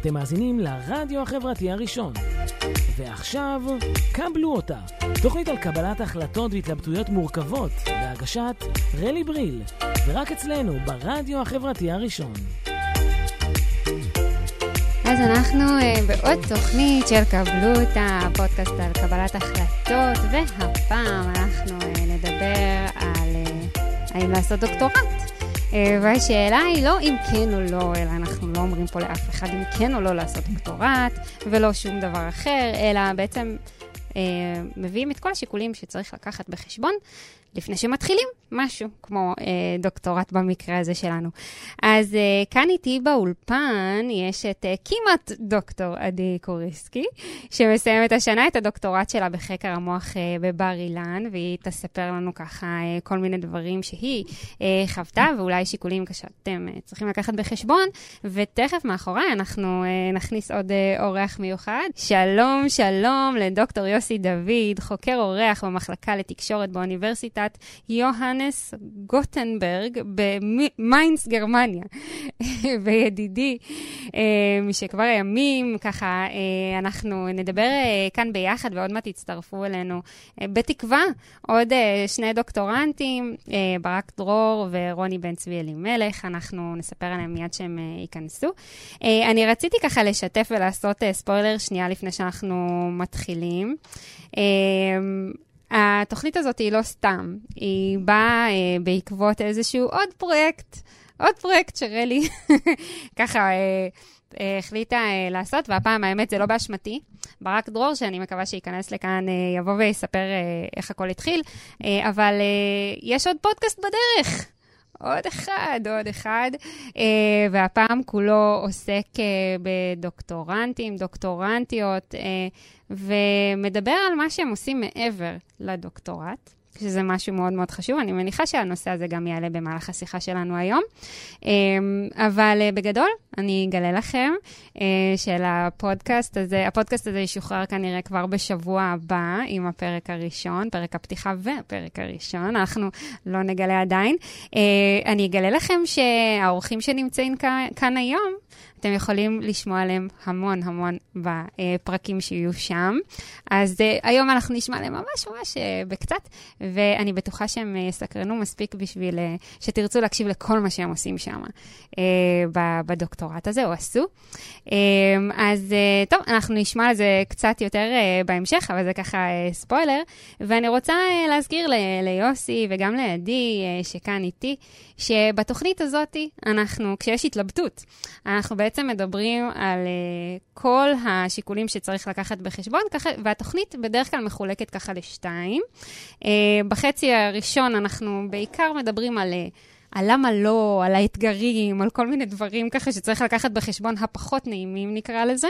אתם מאזינים לרדיו החברתי הראשון. ועכשיו, קבלו אותה. תוכנית על קבלת החלטות והתלבטויות מורכבות, בהגשת רלי בריל, ורק אצלנו ברדיו החברתי הראשון. אז אנחנו בעוד תוכנית של קבלו אותה, פודקאסט על קבלת החלטות, והפעם אנחנו נדבר על האם לעשות דוקטורט. והשאלה היא לא אם כן או לא, אלא אנחנו לא אומרים פה לאף אחד אם כן או לא לעשות דוקטורט, ולא שום דבר אחר, אלא בעצם מביאים את כל השיקולים שצריך לקחת בחשבון, לפני שמתחילים משהו, כמו דוקטורט במקרה הזה שלנו. אז כאן איתי באולפן יש את כמעט דוקטור עדי קוריסקי, שמסיימת השנה את הדוקטורט שלה בחקר המוח בבר אילן, והיא תספר לנו ככה כל מיני דברים שהיא חוותה, ואולי שיקולים שאתם צריכים לקחת בחשבון, ותכף מאחורי אנחנו נכניס עוד אורח מיוחד. שלום, שלום לדוקטור יוסי דוד, חוקר אורח במחלקה לתקשורת באוניברסיטת יוהנס גוטנברג במיינס, גרמניה. וידידי, משכבר הימים, ככה, אנחנו נדבר כאן ביחד, ועוד מעט יצטרפו אלינו, בתקווה, עוד שני דוקטורנטים, ברק דרור ורוני בן צבי אלימלך, אנחנו נספר עליהם מיד שהם ייכנסו. אני רציתי ככה לשתף ולעשות ספוילר שנייה לפני שאנחנו מתחילים. התוכנית הזאת היא לא סתם, היא באה בעקבות איזשהו עוד פרויקט שרלי ככה החליטה לעשות, והפעם האמת זה לא באשמתי. ברק דרור, שאני מקווה שייכנס לכאן, יבוא ויספר איך הכל התחיל, אבל יש עוד פודקאסט בדרך. עוד אחד, והפעם כולו עוסק בדוקטורנטים, דוקטורנטיות, ומדבר על מה שהם עושים מעבר לדוקטורט, שזה משהו מאוד מאוד חשוב. אני מניחה שהנושא הזה גם יעלה במהלך השיחה שלנו היום. אבל בגדול, אני אגלה לכם הפודקאסט הזה ישוחרר כנראה כבר בשבוע הבא, עם הפרק הראשון, פרק הפתיחה והפרק הראשון. אנחנו לא נגלה עדיין. אני אגלה לכם שהאורחים שנמצאים כאן היום, אתם יכולים לשמוע עליהם המון בפרקים שיהיו שם. אז היום אנחנו נשמע עליהם ממש בקצת, ואני בטוחה שהם יסקרנו מספיק בשביל שתרצו להקשיב לכל מה שהם עושים שם בדוקטורט הזה, או עשו. אז טוב, אנחנו נשמע על זה קצת יותר בהמשך, אבל זה ככה ספוילר, ואני רוצה להזכיר ליוסי וגם לעדי שכאן איתי, שבתוכנית הזאת אנחנו, כשיש התלבטות, אנחנו בעצם מדברים על כל השיקולים שצריך לקחת בחשבון, והתוכנית בדרך כלל מחולקת ככה לשתיים. בחצי הראשון אנחנו בעיקר מדברים על למה לא, על האתגרים, על כל מיני דברים ככה שצריך לקחת בחשבון, הפחות נעימים נקרא לזה.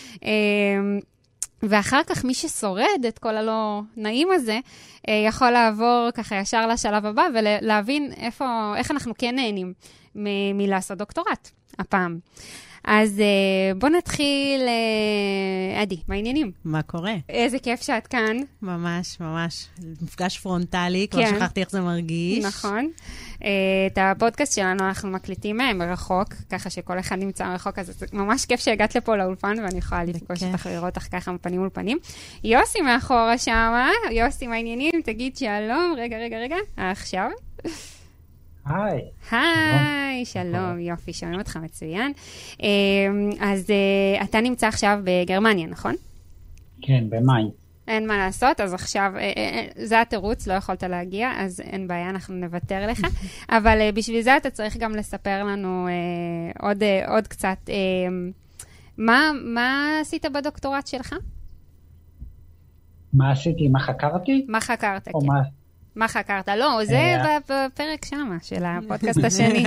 ואחר כך מי ששורד את כל הלא נעים הזה, יכול לעבור ככה ישר לשלב הבא, ולהבין איך אנחנו כן נהנים מלעשות דוקטורט הפעם. אז בוא נתחיל, עדי, מה העניינים? מה קורה? איזה כיף שאת כאן. ממש. מפגש פרונטלי, כבר שכחתי איך זה מרגיש. נכון. את הפודקאסט שלנו אנחנו מקליטים מרחוק, ככה שכל אחד נמצא מרחוק, אז זה ממש כיף שהגעת לפה לאולפן, ואני יכולה לפגוש אותך לראות אותך ככה מפנים מול פנים. יוסי מאחורה שמה, יוסי, מה העניינים? תגיד שלום, רגע, עכשיו. היי, שלום, יופי, שומעים אותך מצוין. אז אתה נמצא עכשיו בגרמניה, נכון? כן, במאי. אין מה לעשות, אז עכשיו, זה התירוץ, לא יכולת להגיע, אז אין בעיה, אנחנו נוותר לך. אבל בשביל זה אתה צריך גם לספר לנו עוד קצת, מה עשית בדוקטורט שלך? מה עשיתי? מה חקרתי? מה חקרת, כן. מה חקרת? לא, זה בפרק שמה, של הפודקאסט השני.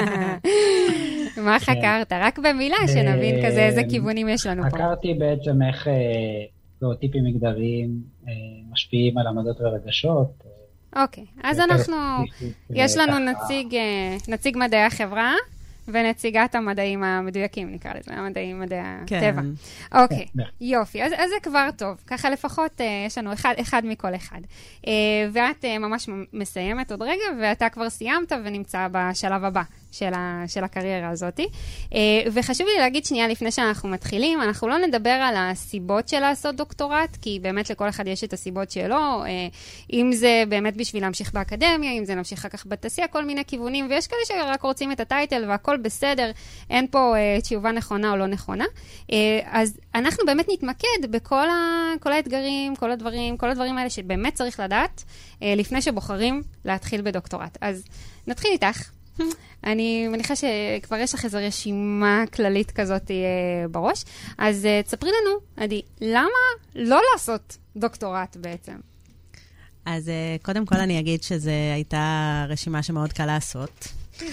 מה חקרת? רק במילה, שנבין כזה איזה כיוונים יש לנו פה. חקרתי בעצם איך סטריאוטיפים מגדריים משפיעים על עמדות ורגשות. אוקיי, אז יש לנו נציג מדעי החברה, ונציגת המדעים המדויקים, נקרא לזה, המדעים, מדעי הטבע. אוקיי, יופי, אז זה כבר טוב. ככה לפחות יש לנו אחד מכל אחד. ואת ממש מסיימת עוד רגע, ואתה כבר סיימת ונמצא בשלב הבא של הקריירה הזאת. וחשוב לי להגיד שנייה לפני שאנחנו מתחילים, אנחנו לא נדבר על הסיבות של לעשות דוקטורט, כי באמת לכל אחד יש את הסיבות שלו, אם זה באמת בשביל להמשיך באקדמיה, אם זה להמשיך אחר כך בתעשייה, כל מיני כיוונים, ויש כאלה שרק רוצים את הטייטל והכל בסדר, אין פה תשובה נכונה או לא נכונה. אז אנחנו באמת נתמקד בכל האתגרים, כל הדברים האלה שבאמת צריך לדעת, לפני שבוחרים להתחיל בדוקטורט. אז נתחיל איתך. אני מניחה שכבר יש לך איזו רשימה כללית כזאת בראש. אז תספרי לנו, עדי, למה לא לעשות דוקטורט בעצם? אז קודם כל אני אגיד שזו הייתה רשימה שמאוד קל לעשות.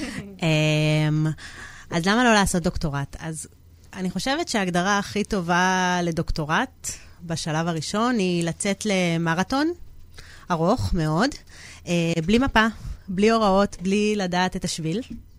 אז למה לא לעשות דוקטורט? אז אני חושבת שההגדרה הכי טובה לדוקטורט בשלב הראשון היא לצאת למרתון ארוך מאוד, בלי מפה, בלי הוראות, בלי לדעת את השביל.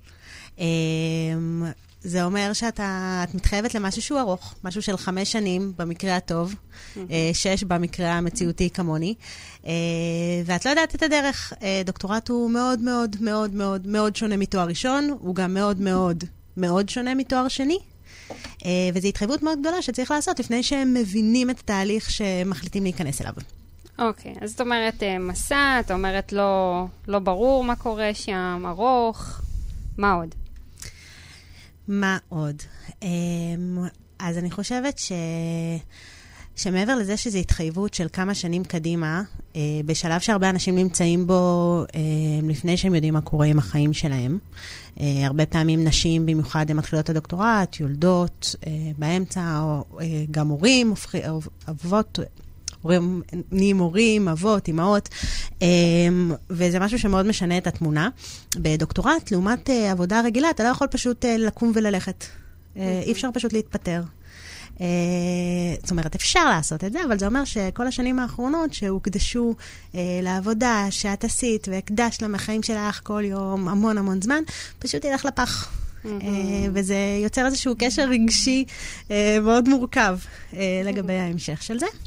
זה אומר שאת מתחייבת למשהו שהוא ארוך, משהו של 5 שנים במקרה הטוב, 6 במקרה המציאותי כמוני, ואת לא יודעת את הדרך. דוקטורט הוא מאוד מאוד מאוד מאוד מאוד שונה מתואר ראשון, הוא גם מאוד מאוד מאוד שונה מתואר שני, וזו התחייבות מאוד גדולה שצריך לעשות לפני שהם מבינים את התהליך שמחליטים להיכנס אליו. אוקיי, אז זאת אומרת מסע, את אומרת לא ברור מה קורה שם, ארוך, מה עוד? מה עוד? אז אני חושבת שמעבר לזה שזו התחייבות של כמה שנים קדימה, בשלב שהרבה אנשים נמצאים בו לפני שהם יודעים מה קורה עם החיים שלהם. הרבה פעמים נשים, במיוחד הן מתחילות הדוקטורט, יולדות באמצע, או גם הורים, אבות, נהיים הורים, אבות, אמהות, וזה משהו שמאוד משנה את התמונה. בדוקטורט, לעומת עבודה רגילה, אתה לא יכול פשוט לקום וללכת. אי אפשר פשוט להתפטר. זאת אומרת, אפשר לעשות את זה, אבל זה אומר שכל השנים האחרונות שהוקדשו לעבודה, שאת עשית והקדשת למחיים שלך כל יום המון המון זמן, פשוט ילך לפח. וזה יוצר איזשהו קשר רגשי מאוד מורכב לגבי ההמשך של זה.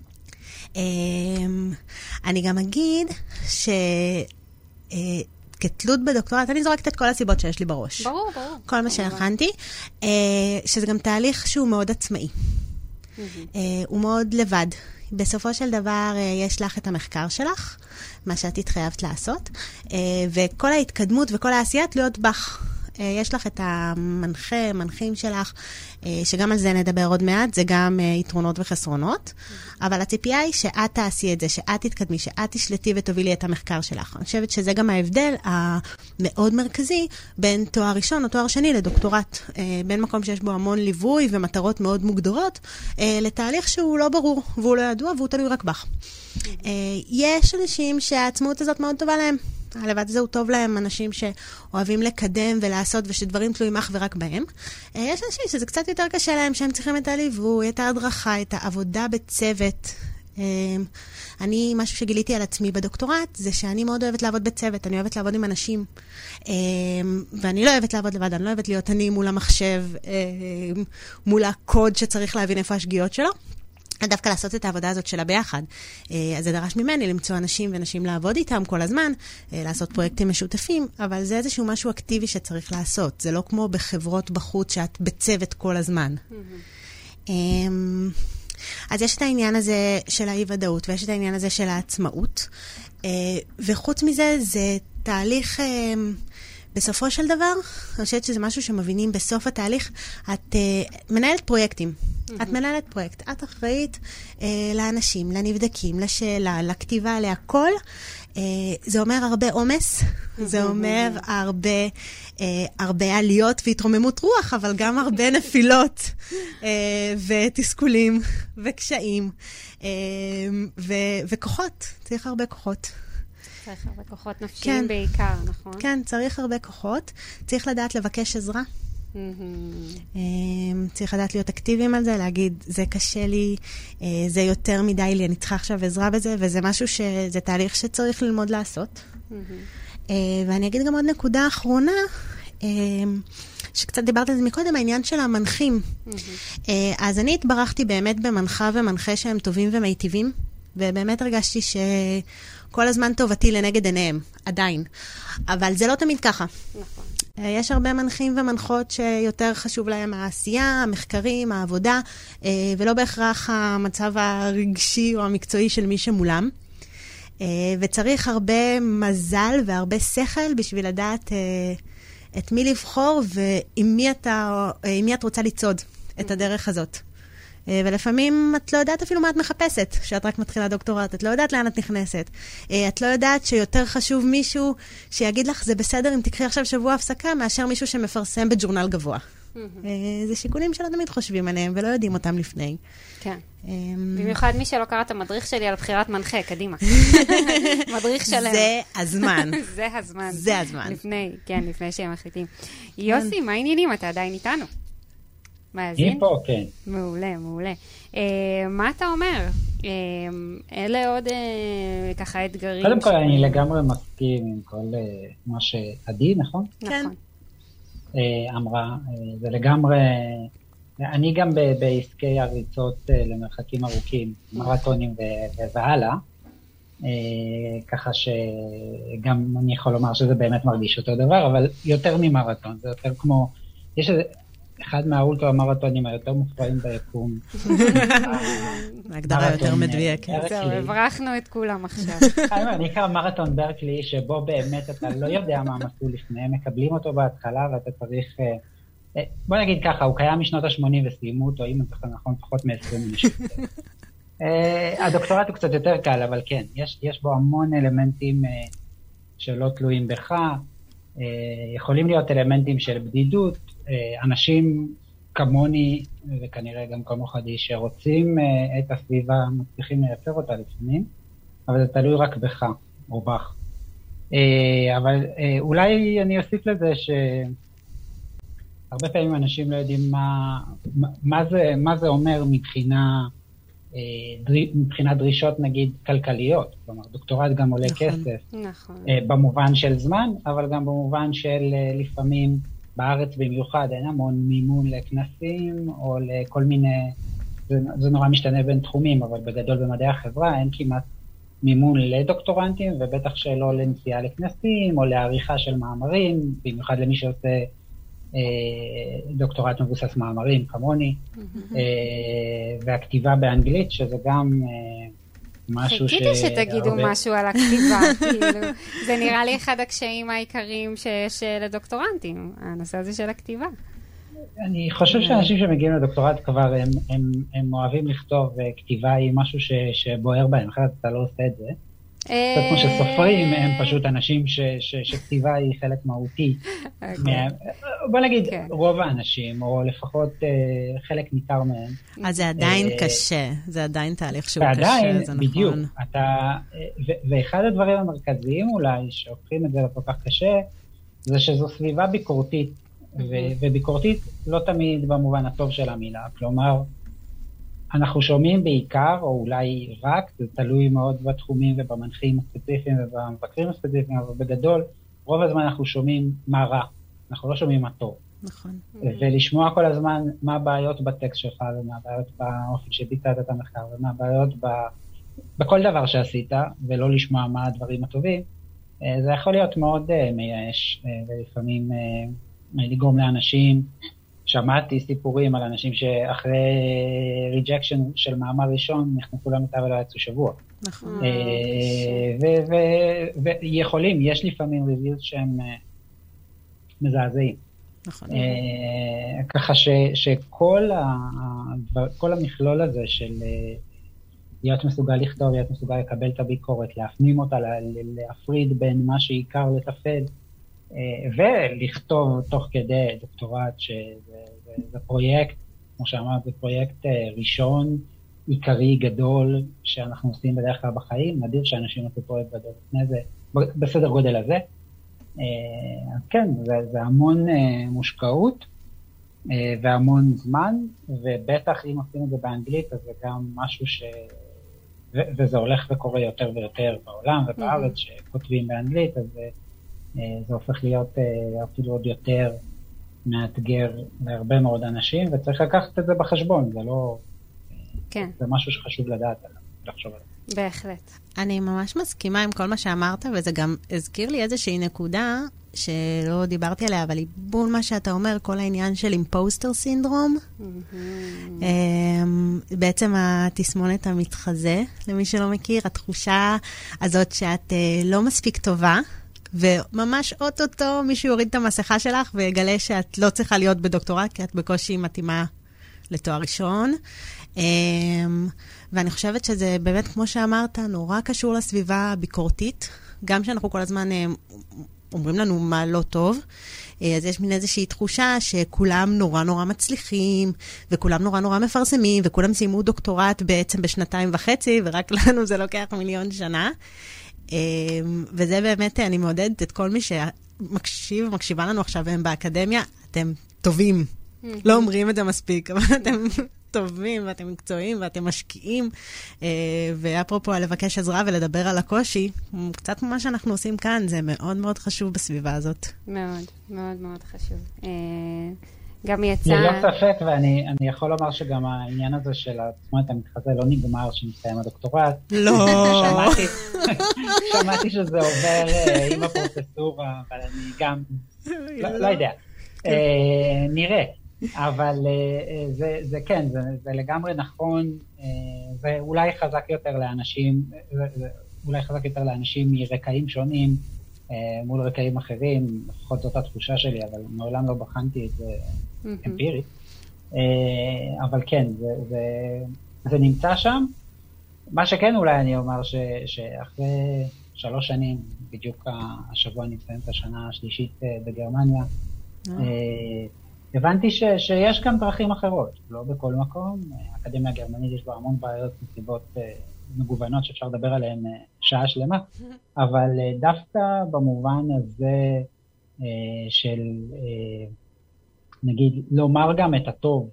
אני גם אגיד כתלות בדוקטורט, אני זורקת את כל הסיבות שיש לי בראש. ברור. כל מה שהכנתי, שזה גם תהליך שהוא מאוד עצמאי. הוא מאוד לבד. בסופו של דבר יש לך את המחקר שלך, מה שאת התחייבת לעשות, וכל ההתקדמות וכל העשייה תלויות בך. יש לך את המנחים שלך, שגם על זה נדבר עוד מעט, זה גם יתרונות וחסרונות, אבל הציפייה היא שאת תעשי את זה, שאת תתקדמי, שאת תשלטי ותובילי את המחקר שלך. אני חושבת שזה גם ההבדל המאוד מרכזי בין תואר ראשון או תואר שני לדוקטורט, בין מקום שיש בו המון ליווי ומטרות מאוד מוגדרות, לתהליך שהוא לא ברור והוא לא ידוע והוא תלוי רק בך. יש אנשים שהעצמאות הזאת מאוד טובה להם. הלבד הזה הוא טוב להם, אנשים שאוהבים לקדם ולעשות ושדברים תלויים אך ורק בהם. יש אנשים שזה קצת יותר קשה להם, שהם צריכים את הליווי, את ההדרכה, את העבודה בצוות. משהו שגיליתי על עצמי בדוקטורט, זה שאני מאוד אוהבת לעבוד בצוות, אני אוהבת לעבוד עם אנשים, ואני לא אוהבת לעבוד לבד, אני לא אוהבת להיות אני מול המחשב, מול הקוד שצריך להבין איפה השגיאות שלו. דווקא לעשות את העבודה הזאת שלה ביחד. אז זה דרש ממני למצוא אנשים ונשים לעבוד איתם כל הזמן, לעשות פרויקטים משותפים, אבל זה איזשהו משהו אקטיבי שצריך לעשות. זה לא כמו בחברות בחוץ שאת בצוות כל הזמן. אז יש את העניין הזה של האי-ודאות, ויש את העניין הזה של העצמאות. וחוץ מזה, זה תהליך... בסופו של דבר, אני חושבת שזה משהו שמבינים בסוף התהליך, את מנהלת פרויקטים. את מנהלת פרויקט. את אחראית לאנשים, לנבדקים, לשאלה, לכתיבה, להכל. זה אומר הרבה אומץ, זה אומר הרבה עליות והתרוממות רוח, אבל גם הרבה נפילות ותסכולים וקשיים וכוחות. צריך הרבה כוחות. צריך הרבה כוחות נפשיים בעיקר, נכון? כן, צריך הרבה כוחות. צריך לדעת לבקש עזרה. צריך לדעת להיות אקטיביים על זה, להגיד, זה קשה לי, זה יותר מדי לי, אני צריכה עכשיו עזרה בזה, וזה משהו זה תהליך שצריך ללמוד לעשות. ואני אגיד גם עוד נקודה אחרונה, שקצת דיברת על זה מקודם, העניין של המנחים. אז אני התברכתי באמת במנחה ומנחה שהם טובים ומיטיבים, ובאמת הרגשתי שכל הזמן טובתי לנגד עיניהם, עדיין. אבל זה לא תמיד ככה. נכון. יש הרבה מנחים ומנחות שיותר חשוב להם העשייה, המחקרים, העבודה, ולא בהכרח המצב הרגשי או המקצועי של מי שמולם. וצריך הרבה מזל והרבה שכל בשביל לדעת את מי לבחור ועם מי את רוצה לצעוד את הדרך הזאת. ולפעמים את לא יודעת אפילו מה את מחפשת, שאת רק מתחילה דוקטורט, את לא יודעת לאן את נכנסת. את לא יודעת שיותר חשוב מישהו שיגיד לך, זה בסדר אם תקחי עכשיו שבוע הפסקה, מאשר מישהו שמפרסם בג'ורנל גבוה. זה שיקולים שלא תמיד חושבים עליהם, ולא יודעים אותם לפני. כן. במיוחד מי שלא קרא את המדריך שלי על בחירת מנחה, קדימה. מדריך שלם. זה הזמן. זה הזמן. זה הזמן. לפני שהם מחליטים. יוסי, מה העניינים? אתה עדיין איתנו? מאזין? אני פה, כן. מעולה, מעולה. מה אתה אומר? אלה עוד ככה אתגרים. קודם כל, אני לגמרי מסכים עם כל מה שעדי, נכון? נכון. אמרה, זה לגמרי, אני גם בעסקי הריצות למרחקים ארוכים, מרתונים והלאה, ככה שגם אני יכול לומר שזה באמת מרגיש אותו דבר, אבל יותר ממרתון, זה יותר כמו, יש אחד מהאולטרה מרתונים היותר מופרעים ביקום. ההגדרה יותר מדויקת. זהו, הברחנו את כולם עכשיו. אני אקרא מרתון ברקלי, שבו באמת אתה לא יודע מה המסלול לפני, מקבלים אותו בהתחלה ואתה צריך, בוא נגיד ככה, הוא קיים משנות ה-80 וסיימו אותו, אם אתה נכון, פחות מ-20 אנשים. הדוקטורט הוא קצת יותר קל, אבל כן, יש בו המון אלמנטים שלא תלויים בך, יכולים להיות אלמנטים של בדידות, אנשים כמוני, וכנראה גם כמוך עדי, שרוצים את הסביבה, מצליחים לייצר אותה לפעמים, אבל זה תלוי רק בך, או בך. אבל אולי אני אוסיף לזה שהרבה פעמים אנשים לא יודעים מה זה אומר מבחינת דרישות נגיד כלכליות, כלומר דוקטורט גם עולה כסף, במובן של זמן, אבל גם במובן של לפעמים בארץ במיוחד אין המון מימון לכנסים או לכל מיני, זה נורא משתנה בין תחומים, אבל בגדול במדעי החברה אין כמעט מימון לדוקטורנטים, ובטח שלא לנסיעה לכנסים או לעריכה של מאמרים, במיוחד למי שעושה דוקטורט מבוסס מאמרים כמוני, והכתיבה באנגלית, שזה גם משהו חיכיתי שתגידו משהו על הכתיבה, כאילו, זה נראה לי אחד הקשיים העיקריים שיש לדוקטורנטים, הנושא הזה של הכתיבה. אני חושב שאנשים שמגיעים לדוקטורט כבר, הם אוהבים לכתוב, וכתיבה היא משהו שבוער בהם, אחרת אתה לא עושה את זה. קצת כמו שסופרים, הם פשוט אנשים שכתיבה היא חלק מהותי. בוא נגיד, רוב האנשים, או לפחות חלק ניכר מהם. אז זה עדיין קשה, זה עדיין תהליך שהוא קשה, ועדיין, זה נכון. בדיוק. ואחד הדברים המרכזיים אולי, שהופכים את זה לכל כך קשה, זה שזו סביבה ביקורתית, וביקורתית לא תמיד במובן הטוב של המילה. כלומר, אנחנו שומעים בעיקר, או אולי רק, זה תלוי מאוד בתחומים ובמנחים הספציפיים ובמבקרים הספציפיים, אבל בגדול, רוב הזמן אנחנו שומעים מה רע, אנחנו לא שומעים מה טוב. נכון. ולשמוע כל הזמן מה הבעיות בטקסט שלך, ומה הבעיות באופן שביצעת את המחקר, ומה הבעיות בכל דבר שעשית, ולא לשמוע מה הדברים הטובים, זה יכול להיות מאוד מייאש, ולפעמים לגרום לאנשים, שמעתי סיפורים על אנשים שאחרי ריג'קשן של מאמר ראשון נכנסו למיטה ולא יצאו שבוע. נכון. ויכולים, יש לפעמים ריוויוז שהם מזעזעים. נכון. ככה שכל המכלול הזה של להיות מסוגל לכתוב, להיות מסוגל לקבל את הביקורת, להפנים אותה, להפריד בין מה שעיקר לטפל, ולכתוב תוך כדי דוקטורט, שזה פרויקט, כמו שאמרת, זה פרויקט ראשון, עיקרי, גדול, שאנחנו עושים בדרך כלל בחיים, נדיר שאנשים עושים פרויקט גדול לפני זה, בסדר גודל הזה. אז כן, זה המון מושקעות, והמון זמן, ובטח אם עושים את זה באנגלית, אז זה גם משהו וזה הולך וקורה יותר ויותר בעולם ובארץ, שכותבים באנגלית, אז זה הופך להיות אפילו עוד יותר מאתגר להרבה מאוד אנשים, וצריך לקחת את זה בחשבון, זה לא... כן. זה משהו שחשוב לדעת עליו, לחשוב עליו. בהחלט. אני ממש מסכימה עם כל מה שאמרת, וזה גם הזכיר לי איזושהי נקודה שלא דיברתי עליה, אבל היא בול מה שאתה אומר, כל העניין של אימפוסטר סינדרום. בעצם התסמונת המתחזה, למי שלא מכיר, התחושה הזאת שאת לא מספיק טובה, וממש אוטוטו מישהו יוריד את המסכה שלך ויגלה שאת לא צריכה להיות בדוקטורט, כי את בקושי מתאימה לתואר ראשון. ואני חושבת שזה באמת, כמו שאמרת, נורא קשור לסביבה הביקורתית, גם שאנחנו כל הזמן אומרים לנו מה לא טוב, אז יש מין איזושהי תחושה שכולם נורא נורא מצליחים, וכולם נורא נורא מפרסמים, וכולם סיימו דוקטורט בעצם בשנתיים וחצי, ורק לנו זה לוקח 1,000,000 שנה. וזה באמת, אני מעודדת את כל מי שמקשיב ומקשיבה לנו עכשיו והם באקדמיה, אתם טובים. לא אומרים את זה מספיק, אבל אתם טובים ואתם מקצועיים ואתם משקיעים. ואפרופו על לבקש עזרה ולדבר על הקושי, קצת מה שאנחנו עושים כאן, זה מאוד מאוד חשוב בסביבה הזאת. מאוד, מאוד מאוד חשוב. גם יצא... ללא ספק, ואני יכול לומר שגם העניין הזה של התסמונת המתחזה לא נגמר שמסתיים הדוקטורט. לא. שמעתי שזה עובר עם הפרופסורה, אבל אני גם... לא יודע. נראה. אבל זה כן, זה לגמרי נכון, ואולי חזק יותר לאנשים מרקעים שונים, מול רקעים אחרים, לפחות זאת התחושה שלי, אבל מעולם לא בחנתי את זה אמפירית. אבל כן, זה נמצא שם. מה שכן אולי אני אומר שאחרי 3 שנים, בדיוק השבוע אני מסיים את השנה השלישית בגרמניה, הבנתי שיש גם דרכים אחרות, לא בכל מקום. האקדמיה הגרמנית יש בה המון בעיות מסיבות מגוונות שאפשר לדבר עליהן שעה שלמה, אבל דווקא במובן הזה של נגיד לומר גם את הטוב,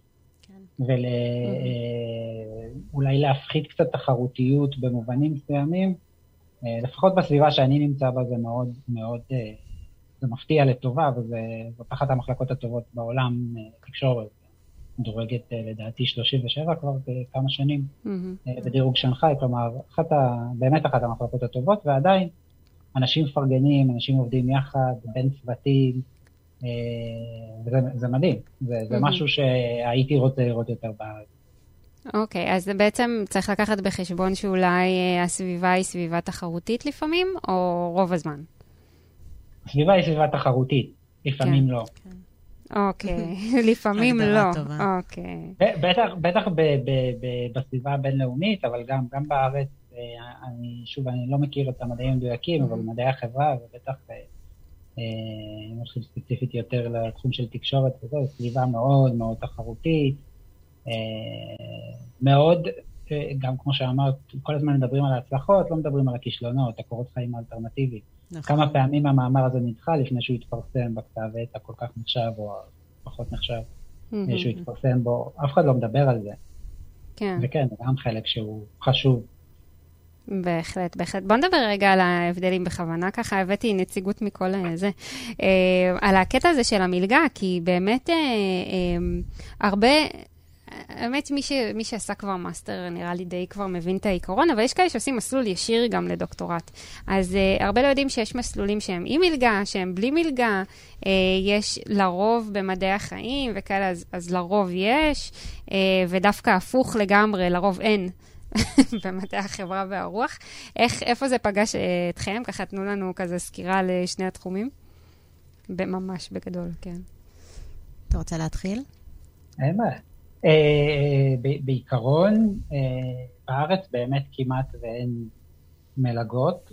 ואולי להפחית קצת תחרותיות במובנים מסוימים, לפחות בסביבה שאני נמצא בה זה מאוד מאוד זה מפתיע לטובה, וזאת אחת המחלקות הטובות בעולם, תקשורת, מדורגת לדעתי 37 כבר כמה שנים, בדירוג שנגחאי, כלומר, באמת אחת המחלקות הטובות, ועדיין אנשים מפרגנים, אנשים עובדים יחד, בין צוותים, וזה מדהים, זה משהו שהייתי רוצה לראות יותר בארץ. אוקיי, אז בעצם צריך לקחת בחשבון שאולי הסביבה היא סביבה תחרותית לפעמים, או רוב הזמן? הסביבה היא סביבה תחרותית, לפעמים לא. אוקיי, לפעמים לא. אוקיי. בטח בסביבה הבינלאומית, אבל גם בארץ, אני לא מכיר את המדעים המדויקים, אבל מדעי החברה, ובטח אם הולכים ספציפית יותר לתחום של תקשורת, וזו סביבה מאוד מאוד תחרותית, מאוד, גם כמו שאמרת, כל הזמן מדברים על ההצלחות, לא מדברים על הכישלונות, הקורות חיים האלטרנטיביים. כמה פעמים המאמר הזה נדחה לפני שהוא יתפרסם בכתב עת הכל כך נחשב או פחות נחשב שהוא יתפרסם בו, אף אחד לא מדבר על זה. וכן, זה גם חלק שהוא חשוב. בהחלט, בהחלט. בוא נדבר רגע על ההבדלים בכוונה, ככה הבאתי נציגות מכל זה. על הקטע הזה של המלגה, כי באמת הרבה... האמת, מי שעשה כבר מאסטר, נראה לי די כבר מבין את העיקרון, אבל יש כאלה שעושים מסלול ישיר גם לדוקטורט. אז הרבה לא יודעים שיש מסלולים שהם עם מלגה, שהם בלי מלגה, יש לרוב במדעי החיים וכאלה, אז לרוב יש, ודווקא הפוך לגמרי, לרוב אין במדעי החברה והרוח. איפה זה פגש אתכם? ככה תנו לנו כזה סקירה לשני התחומים. ממש בגדול, כן. אתה רוצה להתחיל? אין בעיה. בעיקרון, בארץ באמת כמעט ואין מלגות,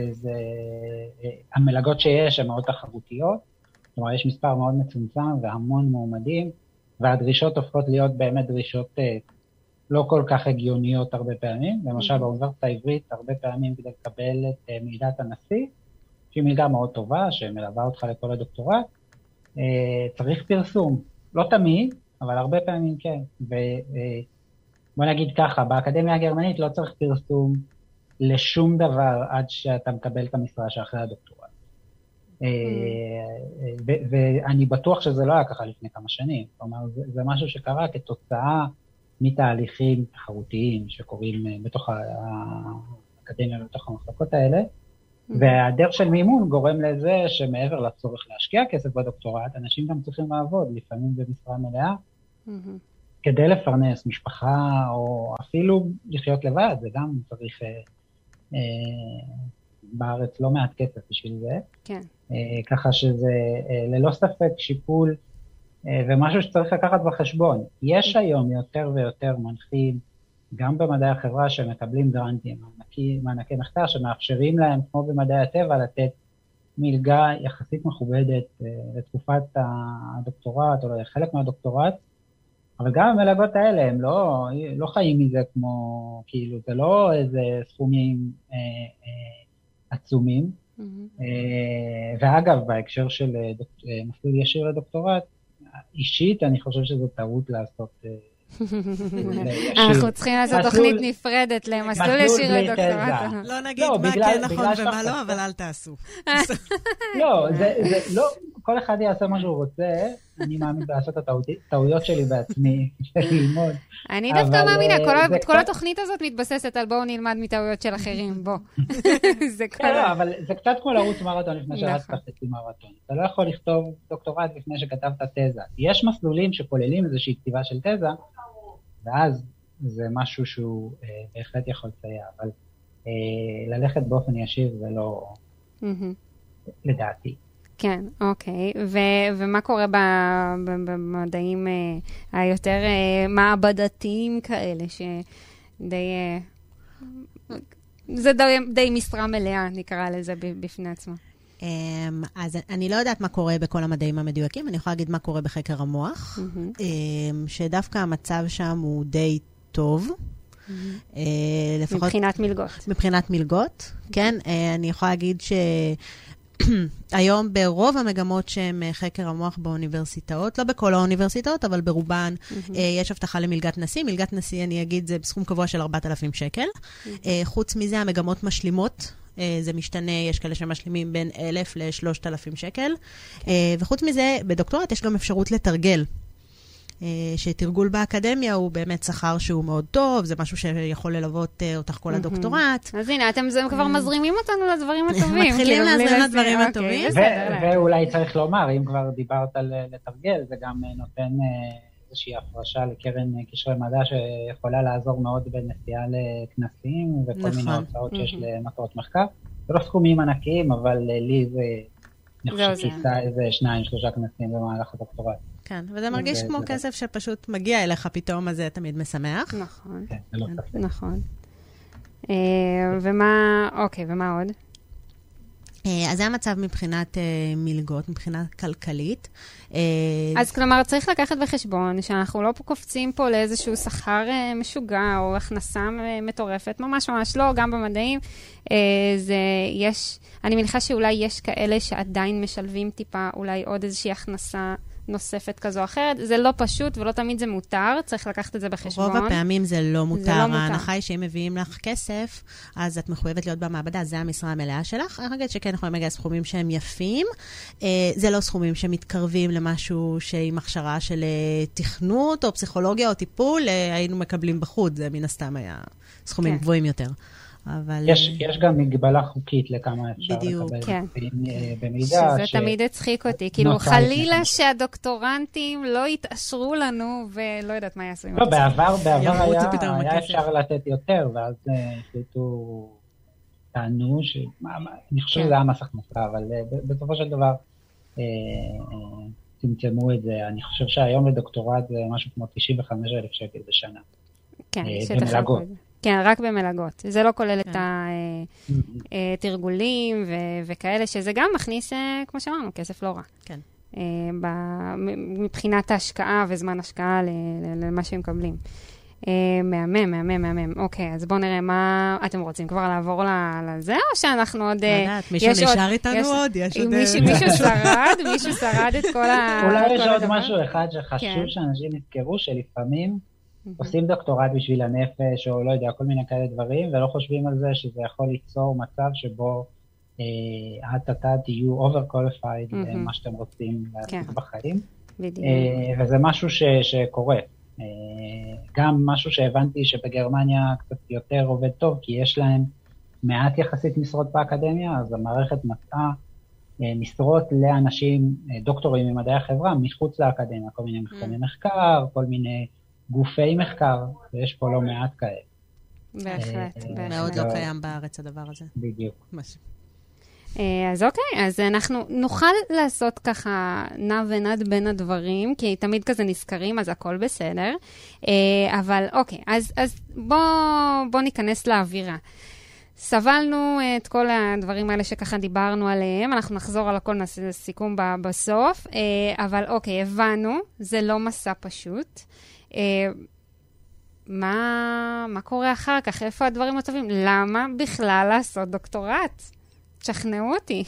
והמלגות שיש הן מאוד תחרותיות, כלומר יש מספר מאוד מצומצם והמון מועמדים, והדרישות הופכות להיות באמת דרישות לא כל כך הגיוניות הרבה פעמים, למשל באוניברסיטה העברית הרבה פעמים כדי לקבל את מלגת הנשיא, שהיא מלגה מאוד טובה שמלווה אותך לכל הדוקטורט, צריך פרסום, לא תמיד, אבל הרבה פעמים כן, ובוא נגיד ככה, באקדמיה הגרמנית לא צריך פרסום לשום דבר עד שאתה מקבל את המשרה שאחרי הדוקטורט. ואני בטוח שזה לא היה ככה לפני כמה שנים, כלומר זה משהו שקרה כתוצאה מתהליכים תחרותיים שקורים בתוך האקדמיה ובתוך המחלקות האלה, והדרך של מימון גורם לזה שמעבר לצורך להשקיע כסף בדוקטורט, אנשים גם צריכים לעבוד, לפעמים במשרה מלאה, כדי לפרנס משפחה, או אפילו לחיות לבד, זה גם צריך בארץ לא מעט כסף בשביל זה. כן. ככה שזה ללא ספק שיפול, ומשהו שצריך לקחת בחשבון. יש היום יותר ויותר מנחים, גם במדעי החברה שמקבלים גרנטים, מענקי מחקר שמאפשרים להם, כמו במדעי הטבע, לתת מלגה יחסית מכובדת לתקופת הדוקטורט, או לחלק מהדוקטורט, אבל גם המלגות האלה, הם לא חיים מזה כמו, כאילו, זה לא איזה סכומים עצומים. ואגב, בהקשר של מסלול ישיר לדוקטורט, אישית אני חושב שזו טעות לעשות אנחנו צריכים לעשות תוכנית נפרדת למסלול ישיר לדוקטורט. לא נגיד מה כן נכון ומה לא, אבל אל תעשו. לא, זה לא, כל אחד יעשה מה שהוא רוצה, אני מאמין לעשות את הטעויות שלי בעצמי, ללמוד. אני דווקא מאמינה, כל התוכנית הזאת מתבססת על בואו נלמד מטעויות של אחרים, בוא. לא, אבל זה קצת כמו לרוץ מרתון לפני שרצת חצי מרתון. אתה לא יכול לכתוב דוקטורט לפני שכתבת תזה. יש מסלולים שכוללים איזושהי כתיבה של תזה, ואז זה משהו שהוא בהחלט יכול לסייע, אבל ללכת באופן ישיר זה לא לדעתי. כן, אוקיי. ומה קורה במדעים היותר מעבדתיים כאלה, שדי... זה די משרה מלאה, נקרא לזה בפני עצמה. אז אני לא יודעת מה קורה בכל המדעים המדויקים, אני יכולה להגיד מה קורה בחקר המוח, שדווקא המצב שם הוא די טוב. מבחינת מלגות. מבחינת מלגות, כן. אני יכולה להגיד שהיום ברוב המגמות שהן חקר המוח באוניברסיטאות, לא בכל האוניברסיטאות, אבל ברובן יש הבטחה למלגת נשיא. מלגת נשיא, אני אגיד, זה בסכום קבוע של 4,000 שקל. חוץ מזה, המגמות משלימות. זה משתנה, יש כאלה שמשלימים בין 1,000 ל-3,000 שקל. וחוץ מזה, בדוקטורט יש גם אפשרות לתרגל. שתרגול באקדמיה הוא באמת שכר שהוא מאוד טוב, זה משהו שיכול ללוות אותך כל הדוקטורט. אז הנה, אתם כבר מזרימים אותנו לדברים הטובים. מתחילים להזרים לדברים הטובים. ואולי צריך לומר, אם כבר דיברת על לתרגל, זה גם נותן איזושהי הפרשה לקרן קשרי מדע שיכולה לעזור מאוד בנסיעה לכנסים וכל מיני הוצאות שיש למטרות מחקר. זה לא סכומים ענקיים, אבל לי זה, אני חושב כיסה איזה 2-3 כנסים במהלך הדוקטורט. כן, וזה מרגיש כמו כסף שפשוט מגיע אליך פתאום, אז זה תמיד משמח. נכון. כן, זה לא ספק. נכון. ומה עוד? אז זה המצב מבחינת מלגות, מבחינה כלכלית. אז כלומר, צריך לקחת בחשבון שאנחנו לא קופצים פה לאיזשהו שכר משוגע או הכנסה מטורפת, ממש לא, גם במדעים. אני מניחה שאולי יש כאלה שעדיין משלבים טיפה, אולי עוד איזושהי הכנסה נוספת כזו או אחרת. זה לא פשוט ולא תמיד זה מותר, צריך לקחת את זה בחשבון. רוב הפעמים זה לא מותר. ההנחה היא שאם מביאים לך כסף, אז את מחויבת להיות במעבדה, זה המשרה המלאה שלך. אני חושבת שכן יכולים להגיע סכומים שהם יפים. זה לא סכומים שמתקרבים למשהו שעם הכשרה של תכנות או פסיכולוגיה או טיפול, היינו מקבלים בחוד, זה מן הסתם היה סכומים גבוהים יותר. יש גם מגבלה חוקית לכמה אפשר לקבל במלגה. שזה תמיד הצחיק אותי. כאילו חלילה שהדוקטורנטים לא יתאשרו לנו ולא יודעת מה יעשו. לא, בעבר היה אפשר לתת יותר, ואז החליטו, טענו, אני חושב שזה היה מס הכנסה, אבל בסופו של דבר צמצמו את זה. אני חושב שהיום לדוקטורט זה משהו כמו 95,000 שקל בשנה. כן, שתחלקו את זה. כן, רק במלגות. זה לא כולל את התרגולים וכאלה, שזה גם מכניס, כמו שאמרנו, כסף לא רע. כן. מבחינת ההשקעה וזמן השקעה למה שהם מקבלים. מהמם. אוקיי, אז בואו נראה מה אתם רוצים כבר לעבור לזה, או שאנחנו עוד... מישהו נשאר איתנו עוד? יש עוד... מישהו שרד את כל ה... אולי יש עוד משהו אחד שחשוב שאנשים יזכרו, שלפעמים עושים דוקטורט בשביל הנפש, או לא יודע, כל מיני כאלה דברים, ולא חושבים על זה שזה יכול ליצור מצב שבו אתה תהיו over-qualified מה שאתם רוצים לעשות בחיים. וזה משהו שקורה. גם משהו שהבנתי שבגרמניה קצת יותר עובד טוב, כי יש להם מעט יחסית משרות באקדמיה, אז המערכת מצאה משרות לאנשים, דוקטורים ממדעי החברה, מחוץ לאקדמיה, כל מיני מחקרי מחקר, כל מיני גופי מחקר, ויש פה לא מעט כאלה. בהחלט. מאוד לא קיים בארץ הדבר הזה. בדיוק. אז אוקיי, אז אנחנו נוכל לעשות ככה נע ונד בין הדברים, כי תמיד כזה נזכרים, אז הכל בסדר. אבל אוקיי, אז בוא ניכנס לאווירה. סבלנו את כל הדברים האלה שככה דיברנו עליהם, אנחנו נחזור על הכל, נעשה סיכום בסוף, אבל אוקיי, הבנו, זה לא מסע פשוט. מה קורה אחר כך? איפה הדברים הטובים? למה בכלל לעשות דוקטורט? תשכנעו אותי.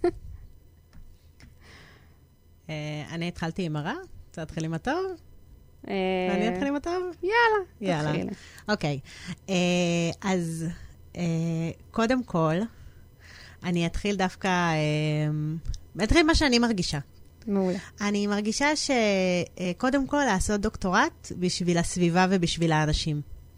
אני התחלתי עם הרע, רוצה להתחיל עם הטוב? אני אתחיל עם הטוב? יאללה. אוקיי, אז קודם כל, אני אתחיל דווקא, אתחיל מה שאני מרגישה. מעולה. אני מרגישה שקודם כל לעשות דוקטורט בשביל הסביבה ובשביל האנשים.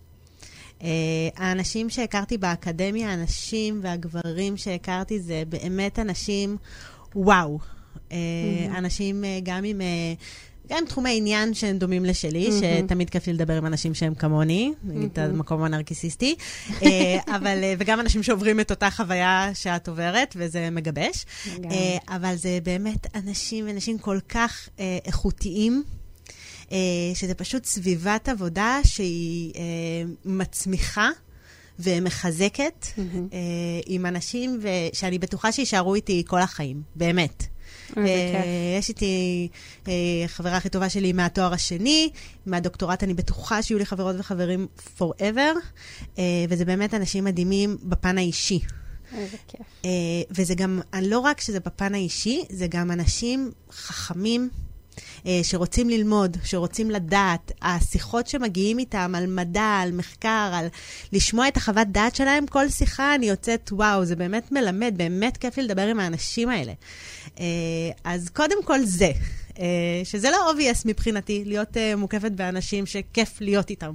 האנשים שהכרתי באקדמיה, האנשים והגברים שהכרתי זה באמת אנשים וואו. אנשים גם עם תחומי עניין שהם דומים לשלי, שתמיד כיף לי לדבר עם אנשים שהם כמוני, את המקום הנרקיסיסטי, וגם אנשים שעוברים את אותה חוויה שאת עוברת, וזה מגבש. אבל זה באמת אנשים כל כך איכותיים, שזה פשוט סביבת עבודה שהיא מצמיחה ומחזקת עם אנשים, שאני בטוחה שישארו איתי כל החיים, באמת. יש איתי חברה הכי טובה שלי מהתואר השני, מהדוקטורט אני בטוחה שיהיו לי חברות וחברים forever, וזה באמת אנשים מדהימים בפן האישי. איזה כיף. וזה גם, לא רק שזה בפן האישי, זה גם אנשים חכמים, שרוצים ללמוד, שרוצים לדעת, השיחות שמגיעים איתם על מדע, על מחקר, על לשמוע את החוות דעת שלהם, כל שיחה אני יוצאת, וואו, זה באמת מלמד, באמת כיף לי לדבר עם האנשים האלה. אז קודם כל זה, שזה לא obvious מבחינתי, להיות מוקפת באנשים שכיף להיות איתם.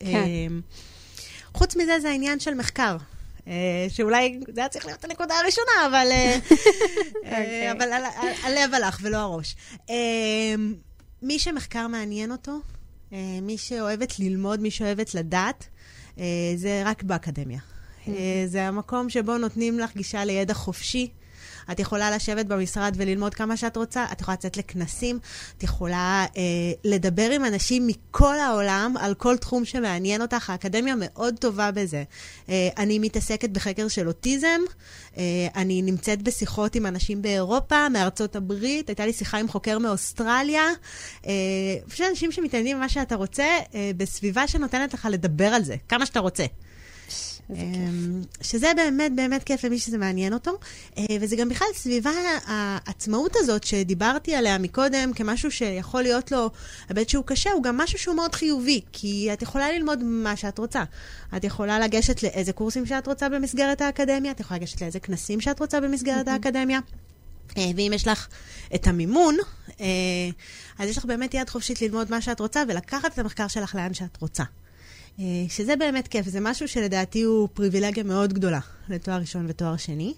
חוץ מזה זה העניין של מחקר. שאולי זה היה צריך להיות הנקודה הראשונה, אבל הלב הלך ולא הראש. מי שמחקר מעניין אותו, מי שאוהבת ללמוד, מי שאוהבת לדעת, זה רק באקדמיה. זה המקום שבו נותנים לך גישה לידע חופשי. את יכולה לשבת במשרד וללמוד כמה שאת רוצה, את יכולה לצאת לכנסים, את יכולה לדבר עם אנשים מכל העולם על כל תחום שמעניין אותך. האקדמיה מאוד טובה בזה. אני מתעסקת בחקר של אוטיזם, אני נמצאת בשיחות עם אנשים באירופה, מארצות הברית, הייתה לי שיחה עם חוקר מאוסטרליה, פשוט אנשים שמתעניינים במה שאתה רוצה, בסביבה שנותנת לך לדבר על זה, כמה שאתה רוצה. שזה באמת באמת כיף למי שזה מעניין אותו, וזה גם בכלל סביבה העצמאות הזאת שדיברתי עליה מקודם כמשהו שיכול להיות לו הבית שהוא קשה, הוא גם משהו שהוא מאוד חיובי, כי את יכולה ללמוד מה שאת רוצה, את יכולה לגשת לאיזה קורסים שאת רוצה במסגרת האקדמיה, את יכולה לגשת לאיזה כנסים שאת רוצה במסגרת האקדמיה, ואם יש לך את המימון, אז יש לך באמת יד חופשית ללמוד מה שאת רוצה ולקחת את המחקר שלך לאן שאת רוצה. שזה באמת כיף, זה משהו שלדעתי הוא פריבילגיה מאוד גדולה לתואר ראשון ותואר שני.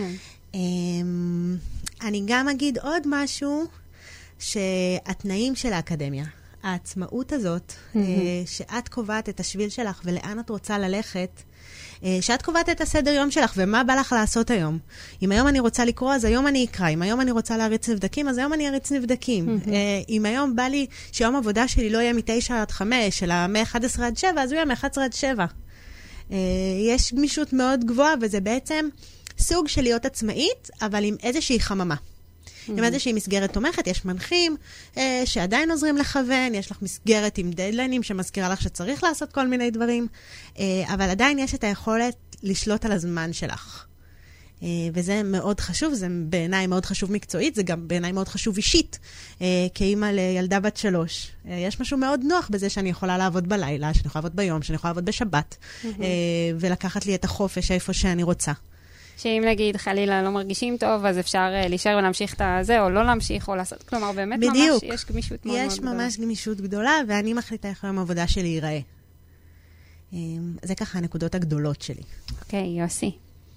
אני גם אגיד עוד משהו, שהתנאים של האקדמיה, העצמאות הזאת, שאת קובעת את השביל שלך ולאן את רוצה ללכת, שאת קובעת את הסדר יום שלך ומה בא לך לעשות היום. אם היום אני רוצה לקרוא, אז היום אני אקרא. אם היום אני רוצה להריץ נבדקים, אז היום אני אריץ נבדקים. אם היום בא לי שיום עבודה שלי לא יהיה מ-9 עד 5, אלא מ-11 עד 7, אז הוא יהיה מ-11 עד 7. יש גמישות מאוד גבוהה, וזה בעצם סוג של להיות עצמאית, אבל עם איזושהי חממה. עם איזושהי מסגרת תומכת, יש מנחים שעדיין עוזרים לכוון, יש לך מסגרת עם דדליינים שמזכירה לך שצריך לעשות כל מיני דברים, אבל עדיין יש את היכולת לשלוט על הזמן שלך. וזה מאוד חשוב, זה בעיניי מאוד חשוב מקצועית, זה גם בעיניי מאוד חשוב אישית, כאימא לילדה בת 3. יש משהו מאוד נוח בזה שאני יכולה לעבוד בלילה, שאני יכולה לעבוד ביום, שאני יכולה לעבוד בשבת, ולקחת לי את החופש איפה שאני רוצה. שאם נגיד חלילה לא מרגישים טוב, אז אפשר להישאר ולהמשיך את זה, או לא להמשיך, או לעשות, כלומר באמת בדיוק. ממש יש גמישות מאוד מאוד גדולה. יש ממש גמישות גדולה, ואני מחליטה איך היום העבודה שלי ייראה. זה ככה הנקודות הגדולות שלי. אוקיי, יוסי.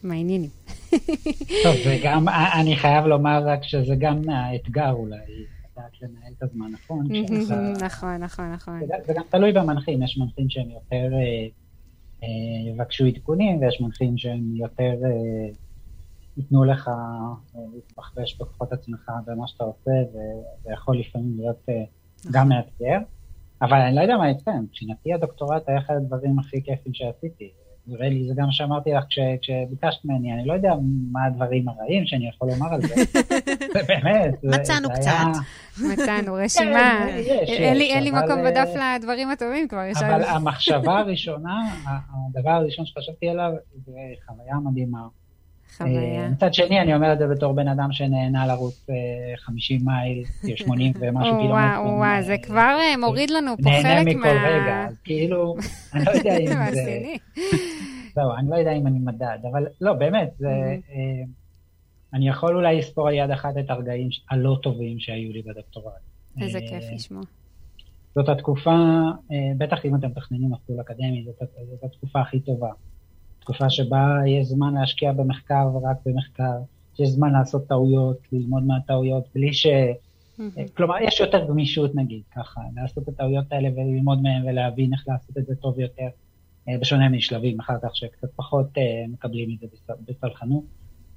מעניינים. טוב, וגם, אני חייב לומר רק שזה גם האתגר אולי, לדעת לנהל את הזמן, נכון? נכון. זה גם תלוי במנחים, יש מנחים שהם יותר יבקשו עדכונים, ויש מנחים שהם יותר ייתנו לך להתבחבש בכוחות עצמך במה שאתה עושה, ויכול לפעמים להיות גם מאתגר. אבל אני לא יודע מה אצלם, מבחינתי הדוקטורט היה אחד הדברים הכי כיפים שעשיתי. נראה לי, זה גם שאמרתי לך כשביקשת ממני, אני לא יודע מה הדברים הרעים שאני יכול לומר על זה. זה באמת. מצאנו קצת. מצאנו, רשימה. אין לי מקום בדף לדברים הטובים כבר. אבל המחשבה הראשונה, הדבר הראשון שחשבתי עליו, זה חוויה מדהימה. חוויה. מצד שני, אני אומר את זה בתור בן אדם שנהנה לרוץ 50 מייל, 80 ומשהו קילומטרים. וואו, זה כבר מוריד לנו פה חלק נהנה מכל רגע, אז כאילו, אני לא יודע אם זה... זהו, אני לא יודע אם אני מדד, אבל לא, באמת, אני יכול אולי לספור על יד אחת את הרגעים הלא טובים שהיו לי בדוקטורט. איזה כיף לשמוע. זאת התקופה, בטח אם אתם מתכננים מסלול אקדמי, זאת התקופה הכי טובה. תקופה שבה יש זמן להשקיע במחקר ורק במחקר, שיש זמן לעשות טעויות, ללמוד מהטעויות, בלי ש... כלומר, יש יותר גמישות נגיד, ככה, לעשות את הטעויות האלה וללמוד מהן ולהבין איך לעשות את זה טוב יותר, בשונה משלבים אחר כך שקצת פחות מקבלים את זה בסלחנות.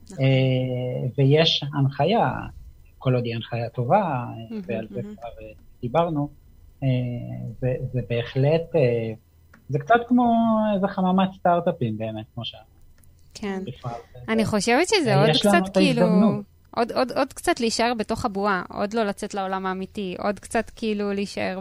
ויש הנחיה, כל עוד היא הנחיה טובה, ועל זה כבר דיברנו, זה בהחלט... זה קצת כמו איזה חממת סטארט-אפים באמת, כמו ש... כן. אני חושבת שזה עוד קצת כאילו... עוד קצת להישאר בתוך הבועה, עוד לא לצאת לעולם האמיתי, עוד קצת כאילו להישאר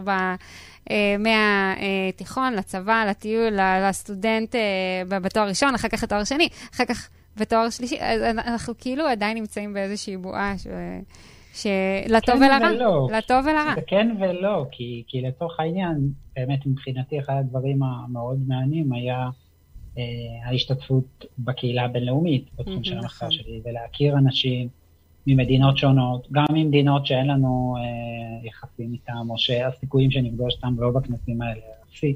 מהתיכון, לצבא, לטיול, לסטודנט בתואר ראשון, אחר כך התואר שני, אחר כך בתואר שלישי, אנחנו כאילו עדיין נמצאים באיזושהי בועה לטוב ולרע, לטוב ולרע. זה כן ולא, כי לתוך העניין, באמת מבחינתי אחד הדברים המאוד מעניינים היה ההשתתפות בקהילה הבינלאומית, בתחום של המחקר שלי, ולהכיר אנשים ממדינות שונות, גם ממדינות שאין לנו יחסים איתם, או שהסיכויים שנפגוש אותם לא בכנסים האלה, אפסי,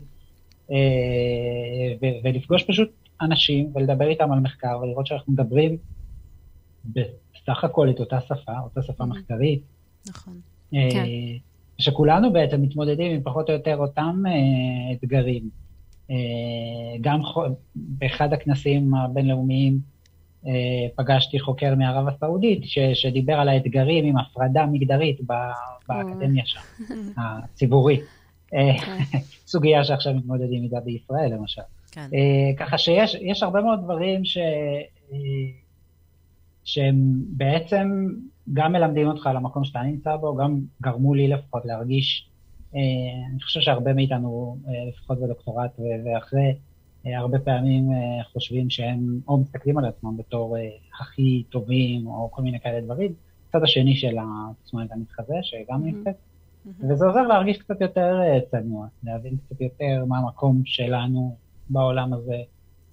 ולפגוש פשוט אנשים ולדבר איתם על מחקר, ולראות שאנחנו מדברים בסך הכל את אותה שפה מחקרית. נכון. שכולנו בעצם מתמודדים עם פחות או יותר אותם אתגרים. גם באחד הכנסים הבינלאומיים פגשתי חוקר מערב הסעודית שדיבר על האתגרים עם הפרדה מגדרית באקדמיה שם, הציבורי. סוגיה שעכשיו מתמודדים איתה בישראל למשל. ככה שיש הרבה מאוד דברים שהם בעצם גם מלמדים אותך על המקום שאתה נמצא בו, גם גרמו לי לפחות להרגיש, אני חושב שהרבה מאיתנו, לפחות בדוקטורט ואחרי, הרבה פעמים חושבים שהם או מסתכלים על עצמם בתור הכי טובים, או כל מיני כאלה דברים, צד השני של התסמונת המתחזה, שגם נמצאת, וזה עוזר להרגיש קצת יותר צנוע, להבין קצת יותר מה המקום שלנו בעולם הזה,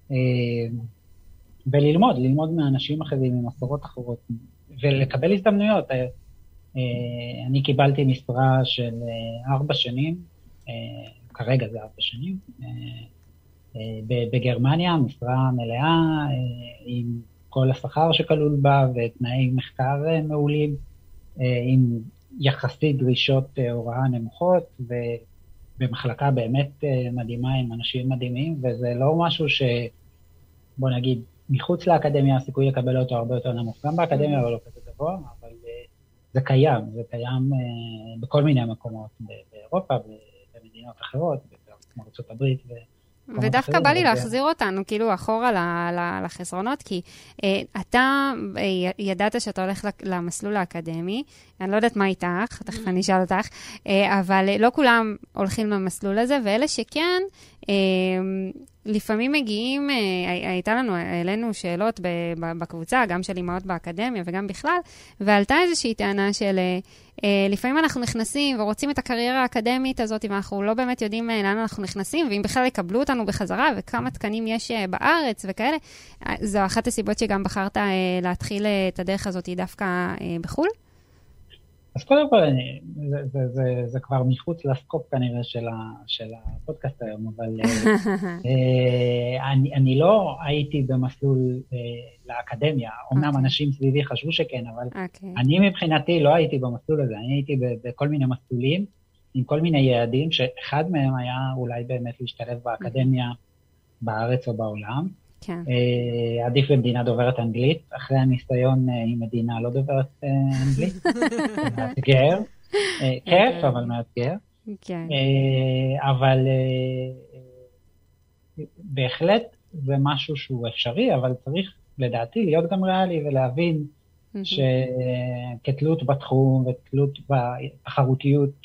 וללמוד מאנשים אחרים, ממסורות אחרות, ולקבל הזדמנויות. אני קיבלתי משרה של 4 שנים, כרגע זה 4 שנים, בגרמניה, משרה מלאה, עם כל השכר שכלול בה, ותנאי מחקר מעולים, עם יחסית דרישות הוראה נמוכות, ובמחלקה באמת מדהימה עם אנשים מדהימים, וזה לא משהו בוא נגיד, מחוץ לאקדמיה הסיכוי לקבל אותו הרבה יותר נמוך, גם באקדמיה אבל לא כזה גבוה, אבל זה קיים בכל מיני מקומות, באירופה, במדינות אחרות, כמו ארצות הברית ודווקא בא לי להחזיר אותנו כאילו אחורה לחסרונות, כי אתה ידעת שאתה הולך למסלול האקדמי, אני לא יודעת מה איתך, תכף אני אשאל אותך, אבל לא כולם הולכים למסלול הזה, ואלה שכן, לפעמים מגיעים, אלינו שאלות בקבוצה, גם של אמהות באקדמיה וגם בכלל, ועלתה איזושהי טענה של לפעמים אנחנו נכנסים ורוצים את הקריירה האקדמית הזאת, ואנחנו לא באמת יודעים לאן אנחנו נכנסים, ואם בכלל יקבלו אותנו בחזרה, וכמה תקנים יש בארץ וכאלה. זו אחת הסיבות שגם בחרת להתחיל את הדרך הזאת דווקא בחול? אז קודם כל, זה כבר מחוץ לסקופ כנראה של הפודקאסט היום, אבל אני לא הייתי במסלול לאקדמיה, אמנם אנשים סביבי חשבו שכן, אבל אני מבחינתי לא הייתי במסלול הזה, אני הייתי בכל מיני מסלולים, עם כל מיני יעדים, שאחד מהם היה אולי באמת להשתלב באקדמיה בארץ או בעולם. כן. עדיף במדינה דוברת אנגלית, אחרי הניסיון עם מדינה לא דוברת אנגלית. מאתגר. כיף, אבל מאתגר. כן. אבל בהחלט זה משהו שהוא אפשרי, אבל צריך לדעתי להיות גם ריאלי ולהבין שכתלות בתחום ותלות בתחרותיות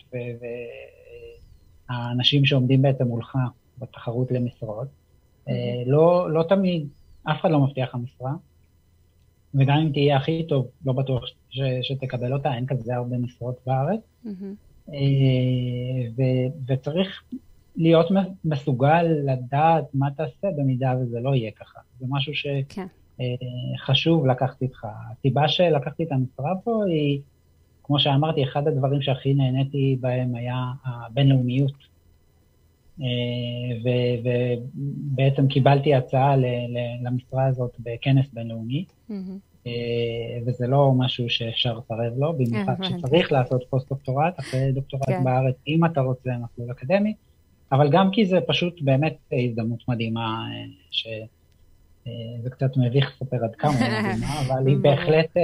והאנשים שעומדים בעצם מולך בתחרות למשרות, לא תמיד, אף אחד לא מבטיח המשרה, וגם אם תהיה הכי טוב, לא בטוח שתקבל אותה, אין כזה הרבה משרות בארץ, וצריך להיות מסוגל לדעת מה תעשה במידה וזה לא יהיה ככה. זה משהו שחשוב לקחת איתך. הסיבה שלקחתי את המשרה פה היא, כמו שאמרתי, אחד הדברים שהכי נהניתי בהם היה הבינלאומיות. ובעצם קיבלתי הצעה למשרה הזאת בכנס בינלאומי, וזה לא משהו שאפשר לסרב לו, במיוחד שצריך לעשות פוסט-דוקטורט, אחרי דוקטורט בארץ, אם אתה רוצה מסלול אקדמי, אבל גם כי זה פשוט באמת הזדמנות מדהימה, שזה קצת מביך לספר עד כמה מדהימה, אבל היא בהחלט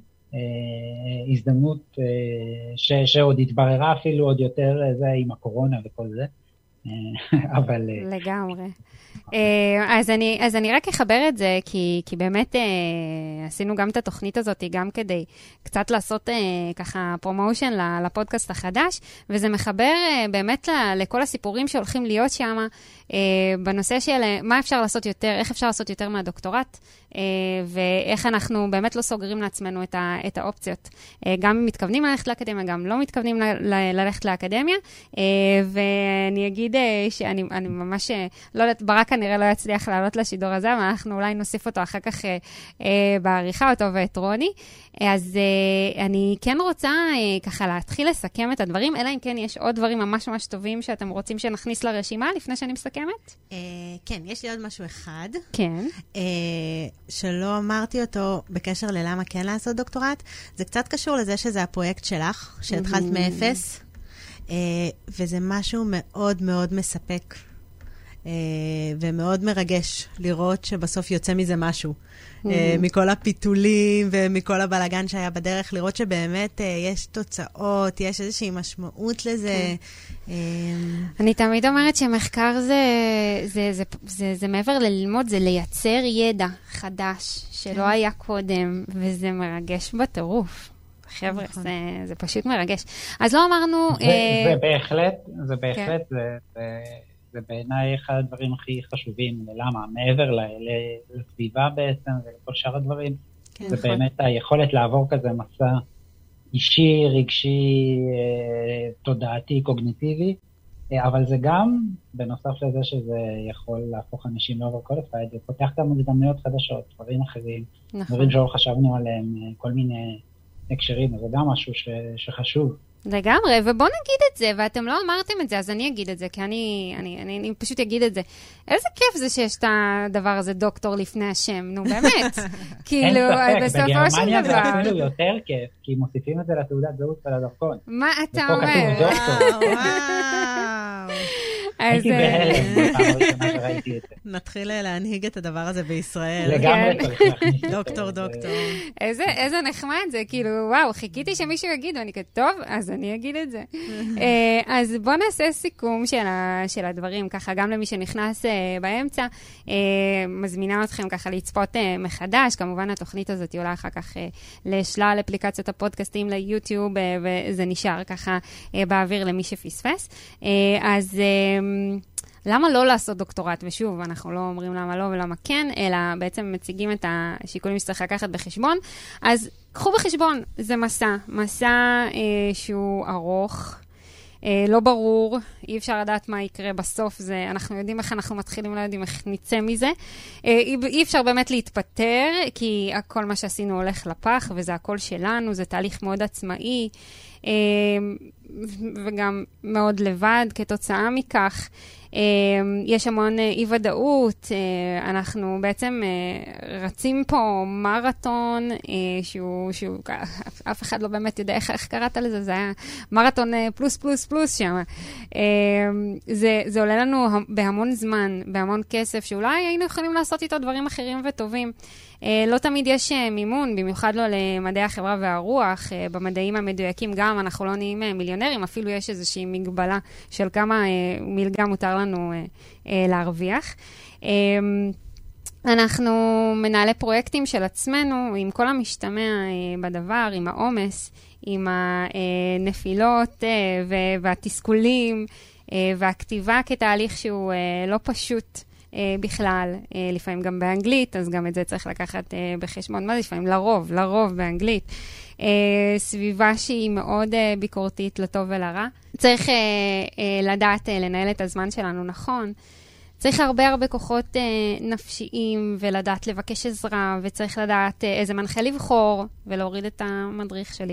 הזדמנות שעוד התבררה אפילו עוד יותר זה עם הקורונה וכל זה. אבל לגמרי. אז אני רק אחבר את זה, כי באמת עשינו גם את התוכנית הזאת, גם כדי קצת לעשות ככה פרומושן לפודקאסט החדש, וזה מחבר באמת לכל הסיפורים שהולכים להיות שם, בנושא של מה אפשר לעשות יותר, איך אפשר לעשות יותר מהדוקטורט, ואיך אנחנו באמת לא סוגרים לעצמנו את האופציות. גם אם מתכוונים ללכת לאקדמיה, גם לא מתכוונים ללכת לאקדמיה, ואני אגיד שאני ממש, לא יודעת, ברק כנראה לא יצליח לעלות לשידור הזה, אבל אנחנו אולי נוסיף אותו אחר כך בעריכה, אותו ואת רוני. אז אני כן רוצה ככה להתחיל לסכם את הדברים, אלא אם כן יש עוד דברים ממש ממש טובים שאתם רוצים שנכניס לרשימה לפני שאני מסכמת? כן, יש לי עוד משהו אחד. כן. שלא אמרתי אותו בקשר ללמה כן לעשות דוקטורט. זה קצת קשור לזה שזה הפרויקט שלך, שהתחלת מאפס, וזה משהו מאוד מאוד מספק. ומאוד מרגש לראות שבסוף יוצא מזה משהו. מכל הפיתולים ומכל הבלגן שהיה בדרך, לראות שבאמת יש תוצאות, יש איזושהי משמעות לזה. אני תמיד אומרת שמחקר זה מעבר ללמוד, זה לייצר ידע חדש שלא היה קודם, וזה מרגש בטירוף. חבר'ה, זה פשוט מרגש. אז לא אמרנו... זה בהחלט, זה בעיניי אחד הדברים הכי חשובים. למה? מעבר לסביבה בעצם ולכל שאר הדברים, זה באמת היכולת לעבור כזה מסע אישי, רגשי, תודעתי, קוגניטיבי, אבל זה גם, בנוסף לזה שזה יכול להפוך אנשים לעבור כל הפייד, זה פותח גם הזדמנויות חדשות, דברים אחרים, דברים שלא חשבנו עליהם, כל מיני הקשרים, אז זה גם משהו שחשוב. לגמרי, ובוא נגיד את זה, ואתם לא אמרתם את זה, אז אני אגיד את זה, כי אני פשוט אגיד את זה. איזה כיף זה שיש את הדבר הזה, דוקטור לפני השם, נו באמת. כאילו, בסופו של דבר. בגרמניה זה אפילו יותר כיף, כי מוסיפים את זה לתעודת זהות ולדרכון. מה אתה אומר? ופה כתוב דוקטור. הייתי בהלם, פעם ראשונה שראיתי את זה. נתחיל להנהיג את הדבר הזה בישראל. לגמרי צריך להכניס. דוקטור. איזה נחמד זה, כאילו, וואו, חיכיתי שמישהו יגיד, ואני כזה, טוב, אז אני אגיד את זה. אז בוא נעשה סיכום של הדברים, ככה, גם למי שנכנס באמצע, מזמינה אתכם ככה לצפות מחדש, כמובן התוכנית הזאת עולה אחר כך לשלל אפליקציות הפודקאסטים ליוטיוב, וזה נשאר ככה באוויר למי שפספס. אז למה לא לעשות דוקטורט? ושוב, אנחנו לא אומרים למה לא ולמה כן, אלא בעצם מציגים את השיקולים שצריך לקחת בחשבון. אז קחו בחשבון, זה מסע שהוא ארוך, לא ברור, אי אפשר לדעת מה יקרה בסוף, אנחנו יודעים איך אנחנו מתחילים, לא יודעים איך נצא מזה. אי אפשר באמת להתפטר, כי כל מה שעשינו הולך לפח, וזה הכל שלנו, זה תהליך מאוד עצמאי. וגם מאוד לבד כתוצאה מכך. יש המון אי-ודאות, אנחנו בעצם רצים פה מרתון, שהוא אף אחד לא באמת יודע איך קראת לזה, זה היה מרתון פלוס פלוס פלוס שם. זה עולה לנו בהמון זמן, בהמון כסף, שאולי היינו יכולים לעשות איתו דברים אחרים וטובים. לא תמיד יש מימון, במיוחד לא למדעי החברה והרוח, במדעים המדויקים גם אנחנו לא נהיים מיליונרים, אפילו יש איזושהי מגבלה של כמה מלגה מותר לנו להרוויח. אנחנו מנהלי פרויקטים של עצמנו, עם כל המשתמע בדבר, עם העומס, עם הנפילות והתסכולים, והכתיבה כתהליך שהוא לא פשוט בכלל, לפעמים גם באנגלית, אז גם את זה צריך לקחת בחשבון. מה זה לפעמים? לרוב באנגלית. סביבה שהיא מאוד ביקורתית לטוב ולרע. צריך לדעת לנהל את הזמן שלנו נכון. צריך הרבה כוחות נפשיים ולדעת לבקש עזרה, וצריך לדעת איזה מנחה לבחור, ולהוריד את המדריך שלי.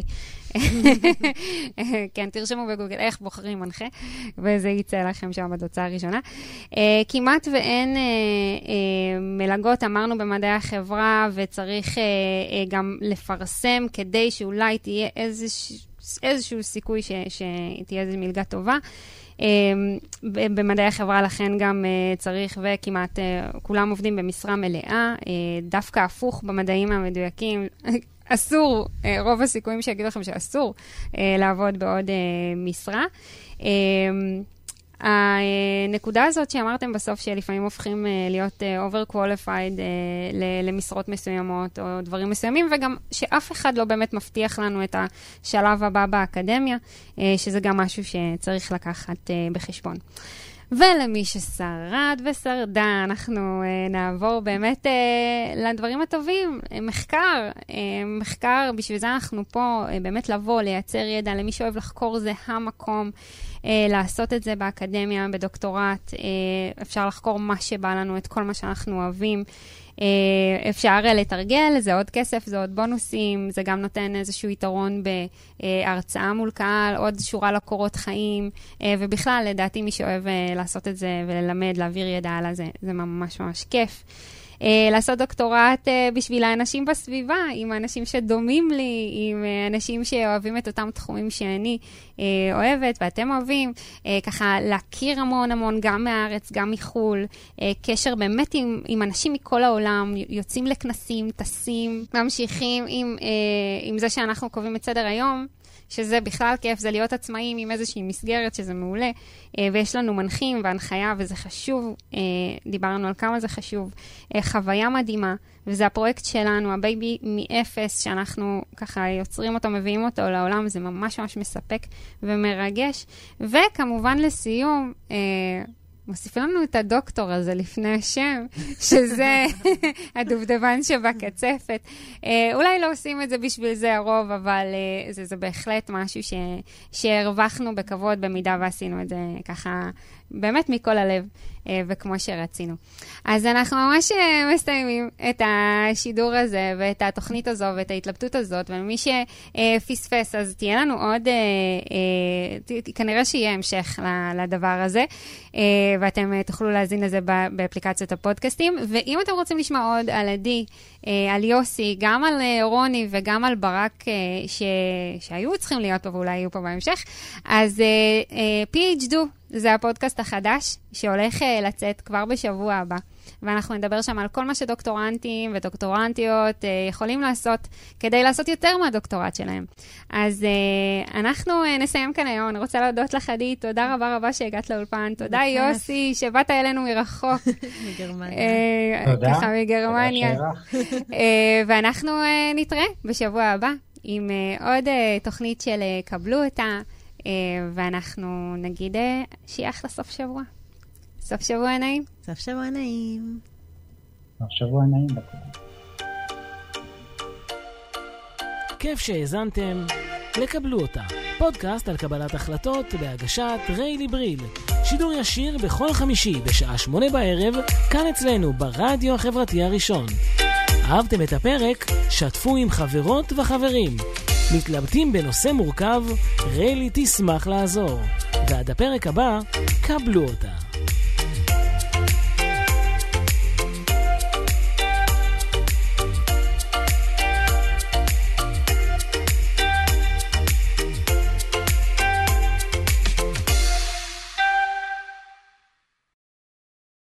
כן, תרשמו בגוגל איך בוחרים מנחה, וזה יצא לכם שם בתוצאה הראשונה. כמעט ואין מלגות, אמרנו במדעי החברה, וצריך גם לפרסם כדי שאולי תהיה איזשהו סיכוי שתהיה איזו מלגה טובה. במדעי החברה לכן גם צריך, וכמעט כולם עובדים במשרה מלאה, דווקא הפוך במדעים המדויקים, אסור, רוב הסיכויים שיגידו לכם שאסור לעבוד בעוד משרה. הנקודה הזאת שאמרתם בסוף שלפעמים הופכים להיות overqualified למשרות מסוימות או דברים מסוימים, וגם שאף אחד לא באמת מבטיח לנו את השלב הבא באקדמיה, שזה גם משהו שצריך לקחת בחשבון. ולמי ששרד ושרדה, אנחנו נעבור באמת לדברים הטובים, מחקר, בשביל זה אנחנו פה, באמת לבוא, לייצר ידע, למי שאוהב לחקור זה המקום, לעשות את זה באקדמיה, בדוקטורט, אפשר לחקור מה שבא לנו, את כל מה שאנחנו אוהבים, אפשר לתרגל, זה עוד כסף, זה עוד בונוסים, זה גם נותן איזשהו יתרון בהרצאה מול קהל, עוד שורה לקורות חיים, ובכלל, לדעתי מי שאוהב לעשות את זה וללמד, להעביר ידע על זה, זה ממש ממש כיף. לעשות דוקטורט בשביל האנשים בסביבה, עם אנשים שדומים לי, עם אנשים שאוהבים את אותם תחומים שאני אוהבת ואתם אוהבים, ככה להכיר המון גם מהארץ, גם מחול, קשר באמת עם אנשים מכל העולם, יוצאים לכנסים, טסים, ממשיכים עם זה שאנחנו קובעים את סדר היום, שזה בכלל כיף, זה להיות עצמאים עם איזושהי מסגרת שזה מעולה, ויש לנו מנחים והנחיה, וזה חשוב, דיברנו על כמה זה חשוב, חוויה מדהימה, וזה הפרויקט שלנו, הבייבי מאפס, שאנחנו ככה יוצרים אותו, מביאים אותו לעולם, זה ממש ממש מספק ומרגש, וכמובן לסיום, מוסיפים לנו את הדוקטור הזה לפני השם, שזה הדובדבן שבקצפת. אולי לא עושים את זה בשביל זה הרוב, אבל זה בהחלט משהו שהרווחנו בכבוד במידה ועשינו את זה ככה באמת מכל הלב, וכמו שרצינו. אז אנחנו ממש מסיימים את השידור הזה, ואת התוכנית הזו, ואת ההתלבטות הזאת, ומי שפספס, אז תהיה לנו עוד, כנראה שיהיה המשך לדבר הזה, ואתם תוכלו להזין לזה באפליקציות הפודקאסטים, ואם אתם רוצים לשמוע עוד על עדי, על יוסי, גם על רוני וגם על ברק שהיו צריכים להיות פה ואולי יהיו פה בהמשך, אז PhD זה הפודקאסט החדש שהולך לצאת כבר בשבוע הבא. ואנחנו נדבר שם על כל מה שדוקטורנטים ודוקטורנטיות יכולים לעשות כדי לעשות יותר מהדוקטורט שלהם. אז אנחנו נסיים כאן היום. אני רוצה להודות לך, עדי. תודה רבה שהגעת לאולפן. תודה, יוסי, שבאת אלינו מרחוק. מגרמניה. תודה. ככה מגרמניה. ואנחנו נתראה בשבוע הבא עם עוד תוכנית של קבלו אותה, ואנחנו נגיד שיהיה אחלה סוף שבוע. סוף שבוע נעים. סוף שבוע נעים. סוף שבוע נעים. כיף שהאזנתם לקבלו אותה. פודקאסט על קבלת החלטות בהגשת ריילי בריל. שידור ישיר בכל חמישי בשעה 8 בערב, כאן אצלנו ברדיו החברתי הראשון. אהבתם את הפרק? שתפו עם חברות וחברים. מתלבטים בנושא מורכב? רלי תשמח לעזור. ועד הפרק הבא, קבלו אותה.